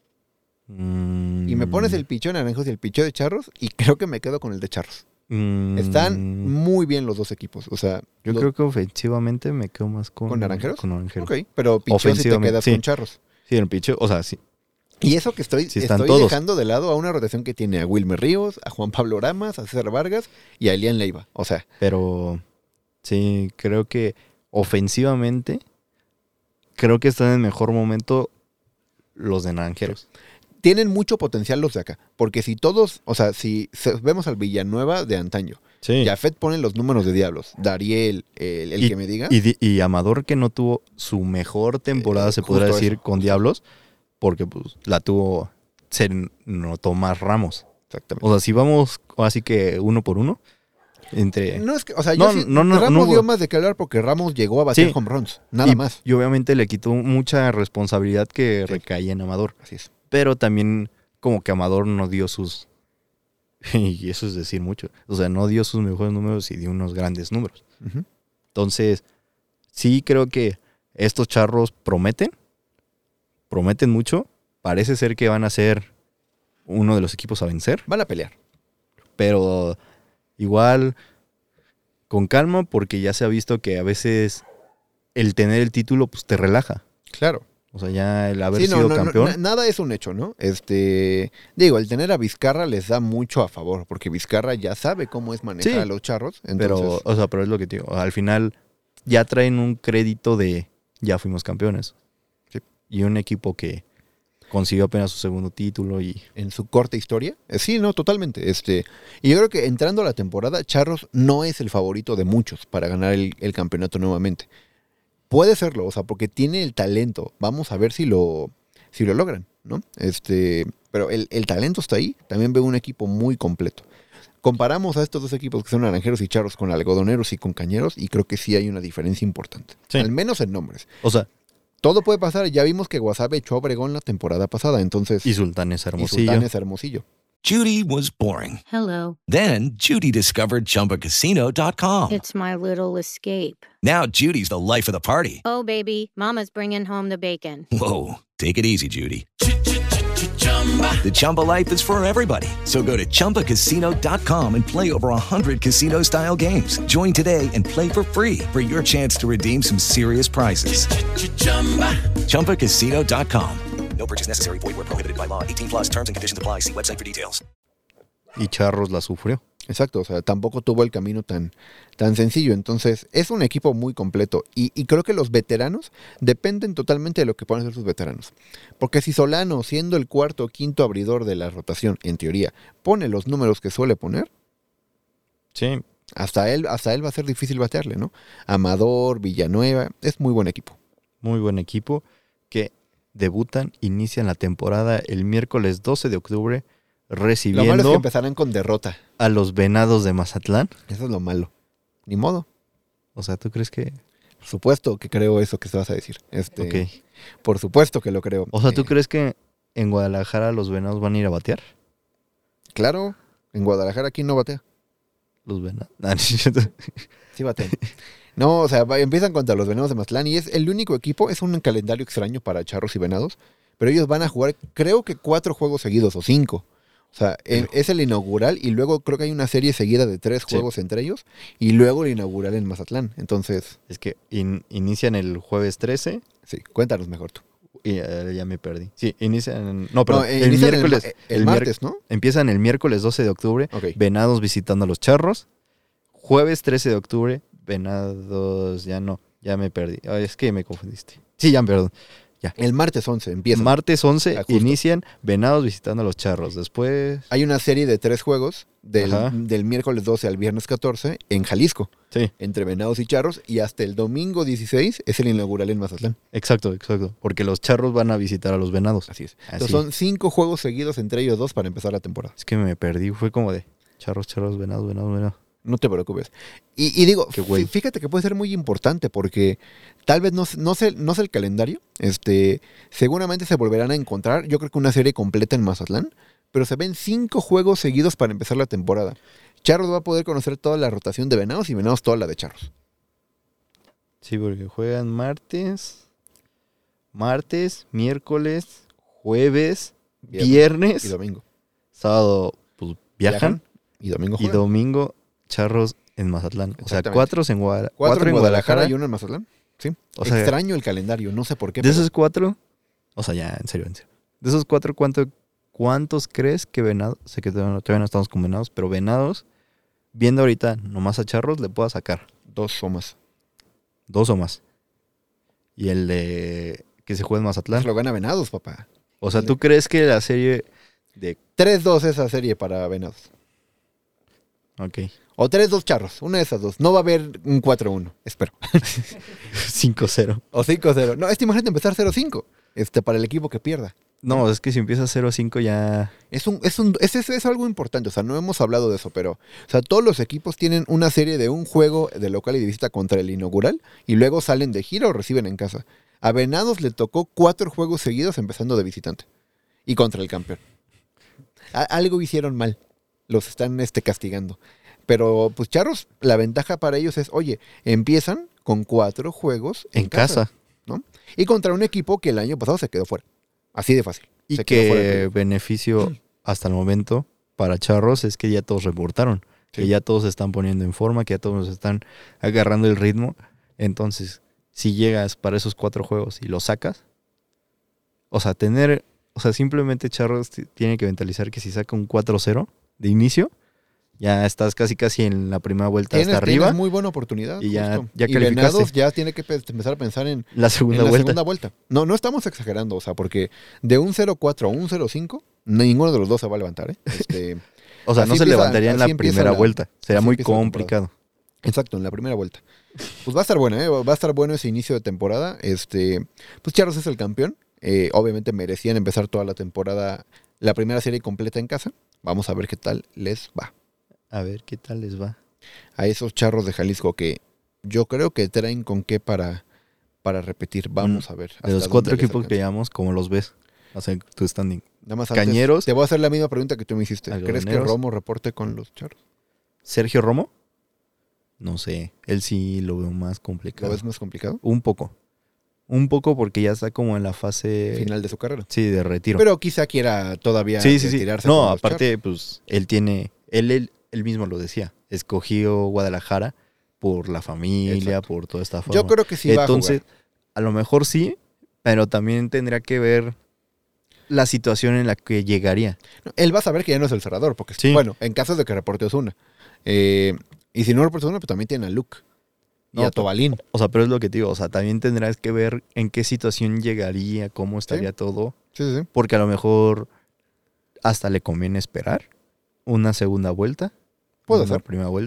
Mm. Y me pones el picheo de Naranjeros y el picheo de Charros y creo que me quedo con el de Charros. Mm. Están muy bien los dos equipos. O sea, yo los... creo que ofensivamente me quedo más con... ¿Con Naranjeros? Con Naranjeros. Ok, pero picheo si te quedas sí. con Charros. Sí, el picheo, o sea, sí. Y eso que estoy, sí estoy todos. dejando de lado a una rotación que tiene a Wilmer Ríos, a Juan Pablo Ramas, a César Vargas y a Elian Leiva. O sea. Pero sí, creo que ofensivamente, creo que están en mejor momento los de Naranjeros. Tienen mucho potencial los de acá. Porque si todos, o sea, si vemos al Villanueva de antaño, sí. Jafet pone los números de Diablos, Dariel, el, el y, que me diga. Y, y Amador, que no tuvo su mejor temporada, eh, se podrá decir, eso. Con Diablos. Porque pues la tuvo, se notó más Ramos. Exactamente. O sea, si vamos así que uno por uno, entre... No es que, o sea, no, yo sí, no, no, Ramos no, dio más de que hablar porque Ramos llegó a batear sí. home runs, nada y, más. Y obviamente le quitó mucha responsabilidad que sí. recaía en Amador. Así es. Pero también como que Amador no dio sus... Y eso es decir mucho. O sea, no dio sus mejores números y dio unos grandes números. Uh-huh. Entonces, sí creo que estos Charros prometen. Prometen mucho. Parece ser que van a ser uno de los equipos a vencer. Van a pelear. Pero igual con calma, porque ya se ha visto que a veces el tener el título pues te relaja. Claro. O sea, ya el haber sí, no, sido no, campeón. No, nada es un hecho, ¿no? Este, digo, el tener a Vizcarra les da mucho a favor, porque Vizcarra ya sabe cómo es manejar sí, a los Charros. Entonces... Pero, o sea, pero es lo que te digo. Al final ya traen un crédito de ya fuimos campeones. Sí. Y un equipo que consiguió apenas su segundo título y... En su corta historia. Eh, sí, no, totalmente. Este, y yo creo que entrando a la temporada, Charros no es el favorito de muchos para ganar el, el campeonato nuevamente. Puede serlo, o sea, porque tiene el talento. Vamos a ver si lo, si lo logran, ¿no? Este, pero el, el talento está ahí. También veo un equipo muy completo. Comparamos a estos dos equipos que son Naranjeros y Charros con Algodoneros y con Cañeros y creo que sí hay una diferencia importante. Sí. Al menos en nombres. O sea... Todo puede pasar. Ya vimos que Guasave echó a Obregón la temporada pasada, entonces... Y Sultanes Hermosillo. Y Sultanes Hermosillo. Judy was boring. Hello. Then Judy discovered Chumba Casino dot com. It's my little escape. Now Judy's the life of the party. Oh, baby, mama's bringing home the bacon. Whoa, take it easy, Judy. The Chumba life is for everybody. So go to Chumba Casino dot com and play over one hundred casino-style games. Join today and play for free for your chance to redeem some serious prizes. Chumba Casino dot com. No purchase necessary. Void where prohibited by law. eighteen plus terms and conditions apply. See website for details. Y Charros la sufrió. Exacto, o sea, tampoco tuvo el camino tan, tan sencillo. Entonces, es un equipo muy completo. Y, y creo que los veteranos dependen totalmente de lo que puedan hacer sus veteranos. Porque si Solano, siendo el cuarto o quinto abridor de la rotación, en teoría, pone los números que suele poner, sí. Hasta él, hasta él va a ser difícil batearle, ¿no? Amador, Villanueva, es muy buen equipo. Muy buen equipo que debutan, inician la temporada el miércoles doce de octubre recibiendo Lo malo es que empezarán con derrota. A los Venados de Mazatlán. Eso es lo malo. Ni modo. O sea, ¿tú crees que...? Por supuesto que creo eso que te vas a decir. Este, Ok. Por supuesto que lo creo. O sea, ¿tú Eh, crees que en Guadalajara los Venados van a ir a batear? Claro, en Guadalajara aquí no batea. Los Venados. Ah, no es cierto. Sí batean. No, o sea, va- empiezan contra los Venados de Mazatlán y es el único equipo, es un calendario extraño para Charros y Venados, pero ellos van a jugar creo que cuatro juegos seguidos o cinco. O sea, eh, es el inaugural y luego creo que hay una serie seguida de tres Sí. juegos entre ellos y luego el inaugural en Mazatlán. Entonces, Es que in- inician el jueves trece sí, cuéntanos mejor tú. y eh, ya me perdí. Sí, inician... No, pero No, eh, el inician el miércoles... ma- el mier- martes, ¿no? Empiezan el miércoles doce de octubre, Ok. Venados visitando a los Charros. Jueves trece de octubre, Venados... Ya no, ya me perdí. Ay, es que me confundiste. Sí, ya, perdón. Ya. El martes once empieza. Martes once Ah, justo. inician Venados visitando a los Charros. Después... Hay una serie de tres juegos del, Ajá. del miércoles doce al viernes catorce en Jalisco, Sí, entre Venados y Charros, y hasta el domingo dieciséis es el inaugural en Mazatlán. exacto, exacto. Porque los Charros van a visitar a los Venados. Así es. Así. Entonces son cinco juegos seguidos entre ellos dos para empezar la temporada. Es que me perdí. Fue como de Charros, Charros, Venados, Venados, Venados. No te preocupes. Y, y digo, Qué güey. fí- fíjate que puede ser muy importante porque tal vez no, sé- no, sé, no sé el calendario. Este, seguramente se volverán a encontrar. Yo creo que una serie completa en Mazatlán. Pero se ven cinco juegos seguidos para empezar la temporada. Charros va a poder conocer toda la rotación de Venados y Venados toda la de Charros. Sí, porque juegan martes, martes, miércoles, jueves, Viernes viernes, Y domingo. sábado, pues viajan, Y domingo y juegan. domingo Charros en Mazatlán. O sea, Exactamente. cuatro en, Guadalajara, Cuatro, en Guadalajara, y uno en Mazatlán. Sí. O sea, Extraño el calendario, no sé por qué. De pero esos cuatro, o sea, ya, en serio, en serio. De esos cuatro, ¿cuánto, ¿cuántos crees que Venados, sé que todavía no, todavía no estamos con Venados, pero Venados, viendo ahorita nomás a Charros, le pueda sacar dos o más. dos o más? Y el de que se juegue en Mazatlán. Pues lo gana Venados, papá. O sea, ¿tú crees que la serie de... tres dos esa serie para Venados. Ok. O tres dos Charros, una de esas dos. No va a haber un cuatro uno, espero. cinco cero. O cinco cero. No, este imagínate empezar cero cinco este, para el equipo que pierda. No, es que si empieza cero cinco ya... Es, un, es, un, es, es, es algo importante, o sea, no hemos hablado de eso, pero o sea, todos los equipos tienen una serie de un juego de local y de visita contra el inaugural y luego salen de gira o reciben en casa. A Venados le tocó cuatro juegos seguidos empezando de visitante y contra el campeón. A- algo hicieron mal, los están este, castigando. Pero pues Charros, la ventaja para ellos es, oye, empiezan con cuatro juegos en, En casa. ¿no? Y contra un equipo que el año pasado se quedó fuera. Así de fácil. Y Se quedó fuera del que playoff. beneficio hasta el momento para Charros es que ya todos reportaron. Sí. Que ya todos se están poniendo en forma, que ya todos están agarrando el ritmo. Entonces, si llegas para esos cuatro juegos y los sacas, o sea, tener, o sea, simplemente Charros t- tiene que mentalizar que si saca un cuatro cero de inicio, ya estás casi casi en la primera vuelta Tienes, hasta arriba. tienes muy buena oportunidad. y ya- justo. ya y calificaste. Venados ya tiene que pe- empezar a pensar en, La segunda en la vuelta. segunda vuelta. No, no estamos exagerando, o sea, porque de un cero cuatro a un cero cinco, ninguno de los dos se va a levantar, ¿eh? Este, O sea, así no se empieza- levantaría en la así empieza primera la- vuelta. Sería así muy empieza la complicado. exacto, en la primera vuelta. Pues va a estar bueno, ¿eh? Va a estar bueno ese inicio de temporada. Este, pues Charros es el campeón. Eh, obviamente merecían empezar toda la temporada, la primera serie completa en casa. Vamos a ver qué tal les va. A ver qué tal les va. A esos Charros de Jalisco que yo creo que traen con qué para, para repetir. Vamos Mm, a ver. De hasta los dónde cuatro les equipos que alcanza. llevamos, ¿cómo los ves? O sea, tu standing. Nada más antes, Cañeros. te voy a hacer la misma pregunta que tú me hiciste. ¿Crees que Algodoneros. Romo reporte con los Charros? ¿Sergio Romo? No sé. Él sí lo veo más ¿Lo complicado. ves más complicado? Un poco. Un poco porque ya está como en la fase... Final de su carrera. Sí, de retiro. Pero quizá quiera todavía sí, sí, sí. retirarse No, con los aparte, pues, él tiene... Él, él, él mismo lo decía. Escogió Guadalajara por la familia, Exacto. por toda esta Charros. forma. Yo creo que sí va a Entonces, jugar. a lo mejor sí, pero también tendría que ver la situación en la que llegaría. No, él va a saber que ya no es el cerrador, porque, Sí. bueno, en caso de que reporte Osuna. Eh, y si no reporte Osuna, pues también tiene a Luke y No, a pero- Tobalín. O sea, pero es lo que te digo. O sea, también tendrás que ver en qué situación llegaría, cómo estaría todo. Sí, sí, sí. Porque a lo mejor hasta le conviene esperar una segunda vuelta. Puede una ser. primera vuelta.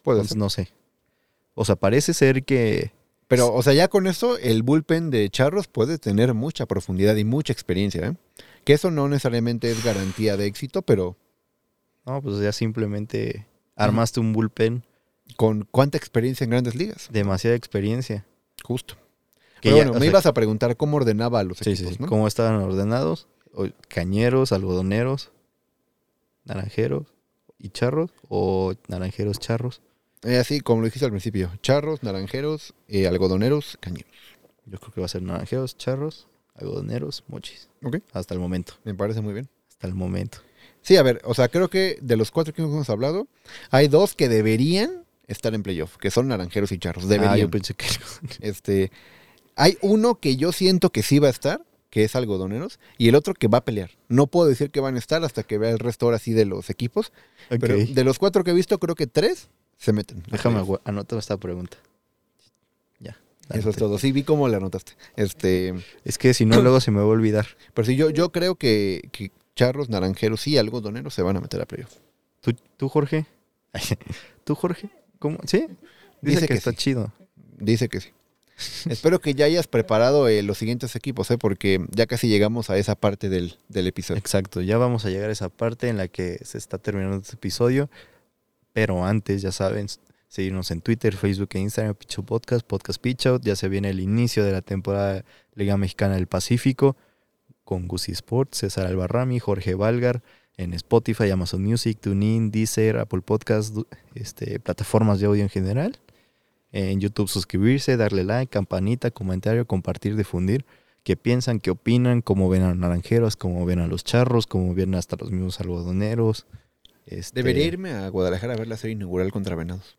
Puede Entonces, ser. no sé. O sea, parece ser que... Pero, o sea, ya con eso, el bullpen de Charros puede tener mucha profundidad y mucha experiencia, ¿eh? Que eso no necesariamente es garantía de éxito, pero... No, pues ya simplemente armaste un bullpen. ¿Con cuánta experiencia en Grandes Ligas? Demasiada experiencia. Justo. Que Pero ya, bueno, o me sea, ibas a preguntar cómo ordenaba a los Sí, equipos, sí, sí. ¿no? ¿Cómo estaban ordenados? O- Cañeros, algodoneros, naranjeros y charros. O naranjeros, charros. Eh, así, como lo dijiste al principio. Charros, naranjeros, eh, algodoneros, cañeros. Yo creo que va a ser naranjeros, charros, algodoneros, mochis. Ok. Hasta el momento. Me parece muy bien. Hasta el momento. Sí, a ver, o sea, creo que de los cuatro equipos que hemos hablado, hay dos que deberían estar en playoff, que son naranjeros y charros. Deberían. Ah, yo pensé que... Este, hay uno que yo siento que sí va a estar, que es algodoneros, y el otro que va a pelear. No puedo decir que van a estar hasta que vea el resto ahora sí de los equipos, Ok. pero de los cuatro que he visto, creo que tres se meten. Déjame Playoff. agu- anotar esta pregunta. Ya. Eso es todo. Sí, vi cómo le anotaste. Este, Es que si no, luego se me va a olvidar. pero sí, yo, yo creo que, que charros, naranjeros y algodoneros se van a meter a playoff. ¿Tú, tú Jorge? ¿Tú, Jorge? ¿Cómo? ¿Sí? Dice, Dice que, que está sí. chido. Dice que sí. Espero que ya hayas preparado eh, los siguientes equipos, ¿eh? Porque ya casi llegamos a esa parte del, del episodio. Exacto, ya vamos a llegar a esa parte en la que se está terminando este episodio. Pero antes, ya saben, seguirnos en Twitter, Facebook e Instagram, Pitch Out Podcast, Podcast Pitch Out. Ya se viene el inicio de la temporada Liga Mexicana del Pacífico con Gusi Sports, César Albarrami, Jorge Valgar, en Spotify, Amazon Music, TuneIn, Deezer, Apple Podcast, este, plataformas de audio en general. En YouTube suscribirse, darle like, campanita, comentario, compartir, difundir. ¿Qué piensan? ¿Qué opinan? ¿Cómo ven a los naranjeros? ¿Cómo ven a los charros? ¿Cómo ven hasta los mismos algodoneros? Este, Debería irme a Guadalajara a ver la serie inaugural contra Venados.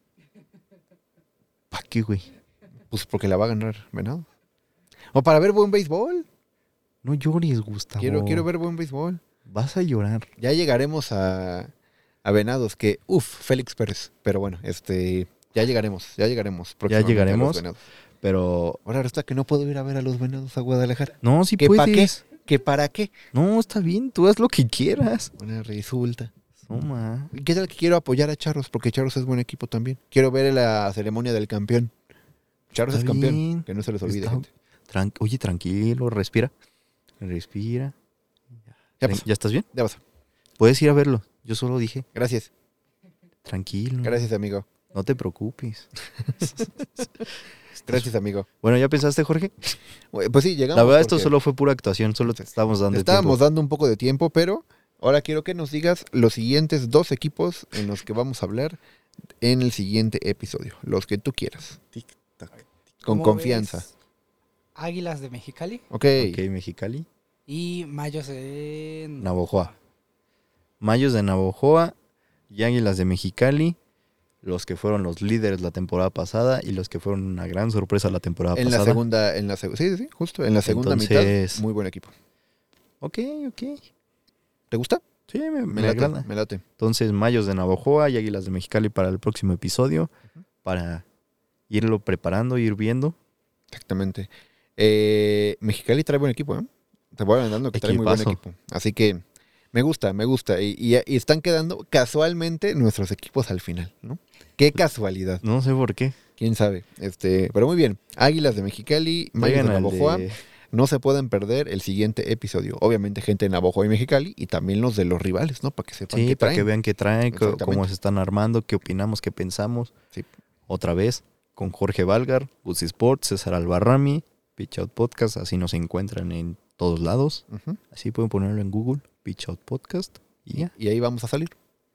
¿Para qué, güey? Pues porque la va a ganar Venados. O para ver buen béisbol. No llores, Gustavo. Quiero, quiero ver buen béisbol. Vas a llorar. Ya llegaremos a, a Venados, que, uff, Félix Pérez. Pero bueno, este, ya llegaremos, ya llegaremos. Ya próximamente a los llegaremos, Venados. pero... Ahora resulta que no puedo ir a ver a los Venados a Guadalajara. No, sí ¿Que para qué? puedes. ¿Que para qué? No, está bien, tú haz lo que quieras. Bueno, resulta. Toma. ¿Y qué tal que quiero apoyar a Charros? Porque Charros es buen equipo también. Quiero ver la ceremonia del campeón. Charros Está es campeón. bien. Que no se les olvide, Está- gente. Tran- Oye, tranquilo, respira. Respira. Ya Tran- pasó. ¿Ya estás bien? Ya pasó. Puedes ir a verlo. Yo solo dije, Gracias. tranquilo. Gracias, amigo. No te preocupes. Gracias, amigo. Bueno, ¿ya pensaste, Jorge? Pues sí, llegamos. La verdad, esto porque solo fue pura actuación. Solo te estábamos dando el estábamos tiempo. dando un poco de tiempo, pero ahora quiero que nos digas los siguientes dos equipos en los que vamos a hablar en el siguiente episodio. Los que tú quieras. Con ¿Cómo confianza. ves? Águilas de Mexicali Ok. Ok, Mexicali. y Mayos en Navojoa. Mayos de Navojoa y Águilas de Mexicali. Los que fueron los líderes la temporada pasada y los que fueron una gran sorpresa la temporada En la pasada. segunda, en la seg- sí, sí, sí, justo. En la segunda Entonces- mitad, muy buen equipo. Ok, ok. ¿Te gusta? Sí, me, me Me late, agrada. me late. Entonces, Mayos de Navojoa y Águilas de Mexicali para el próximo episodio. Para irlo preparando, ir viendo. Exactamente. Eh, Mexicali trae buen equipo, ¿eh? Te voy adelantando que trae muy buen Equipazo. equipo. Así que me gusta, me gusta. Y, y- y están quedando casualmente nuestros equipos al final, ¿no? Qué casualidad. No sé por qué. Quién sabe. Este, pero muy bien. Águilas de Mexicali, Mayos de Traigan al Navojoa. de- No se pueden perder el siguiente episodio. Obviamente, gente de Navojoa y Mexicali y también los de los rivales, ¿no? Para que sepan Sí, qué para traen. que vean qué traen, co- Exactamente. cómo se están armando, qué opinamos, qué pensamos. Sí. Otra vez, con Jorge Valgar, Gusi Sports, César Albarrami, Pitch Out Podcast, así nos encuentran en todos lados. Ujú. Así pueden ponerlo en Google, Pitch Out Podcast, y ya. Y ahí vamos a salir.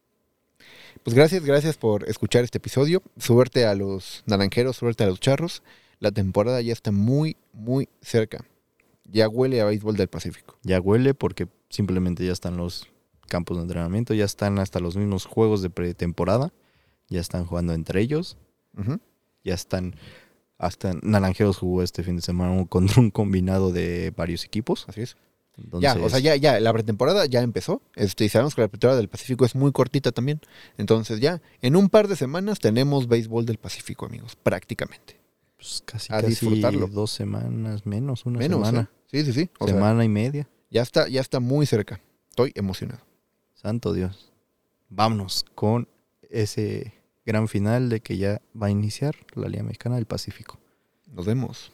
Pues gracias, gracias por escuchar este episodio. Suerte a los naranjeros, suerte a los charros. La temporada ya está muy, muy cerca. Ya huele a béisbol del Pacífico. Ya huele porque simplemente ya están los campos de entrenamiento, ya están hasta los mismos juegos de pretemporada, ya están jugando entre ellos, Ujú. ya están, hasta Naranjeros jugó este fin de semana contra un combinado de varios equipos. Así es. Entonces, Ya, o sea, ya, ya, la pretemporada ya empezó. Este, y sabemos que la pretemporada del Pacífico es muy cortita también. Entonces ya, en un par de semanas tenemos béisbol del Pacífico, amigos, prácticamente. pues casi, a casi disfrutarlo. dos semanas, menos, una Menos, semana. ¿eh? Sí, sí, sí. O sea, semana y media. ya está, ya está muy cerca. Estoy emocionado. Santo Dios. Vámonos con ese gran final de que ya va a iniciar la Liga Mexicana del Pacífico. Nos vemos.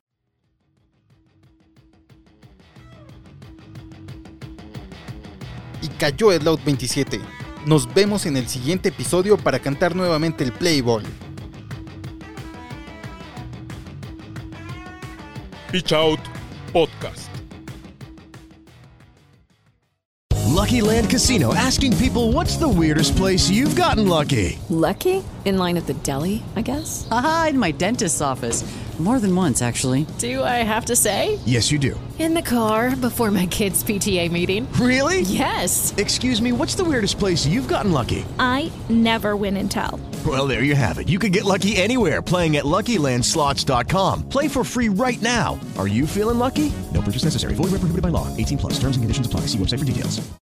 Y cayó el Out veintisiete. Nos vemos en el siguiente episodio para cantar nuevamente el Play Ball. Pitch Out Podcast. Lucky Land Casino, asking people, what's the weirdest place you've gotten lucky? Lucky? In line at the deli, I guess? Aha, in my dentist's office. More than once, actually. Do I have to say? Yes, you do. In the car before my kids' P T A meeting. Really? Yes. Excuse me, what's the weirdest place you've gotten lucky? I never win and tell. Well, there you have it. You can get lucky anywhere, playing at Lucky Land Slots dot com. Play for free right now. Are you feeling lucky? No purchase necessary. Void where prohibited by law. eighteen plus. Terms and conditions apply. See website for details.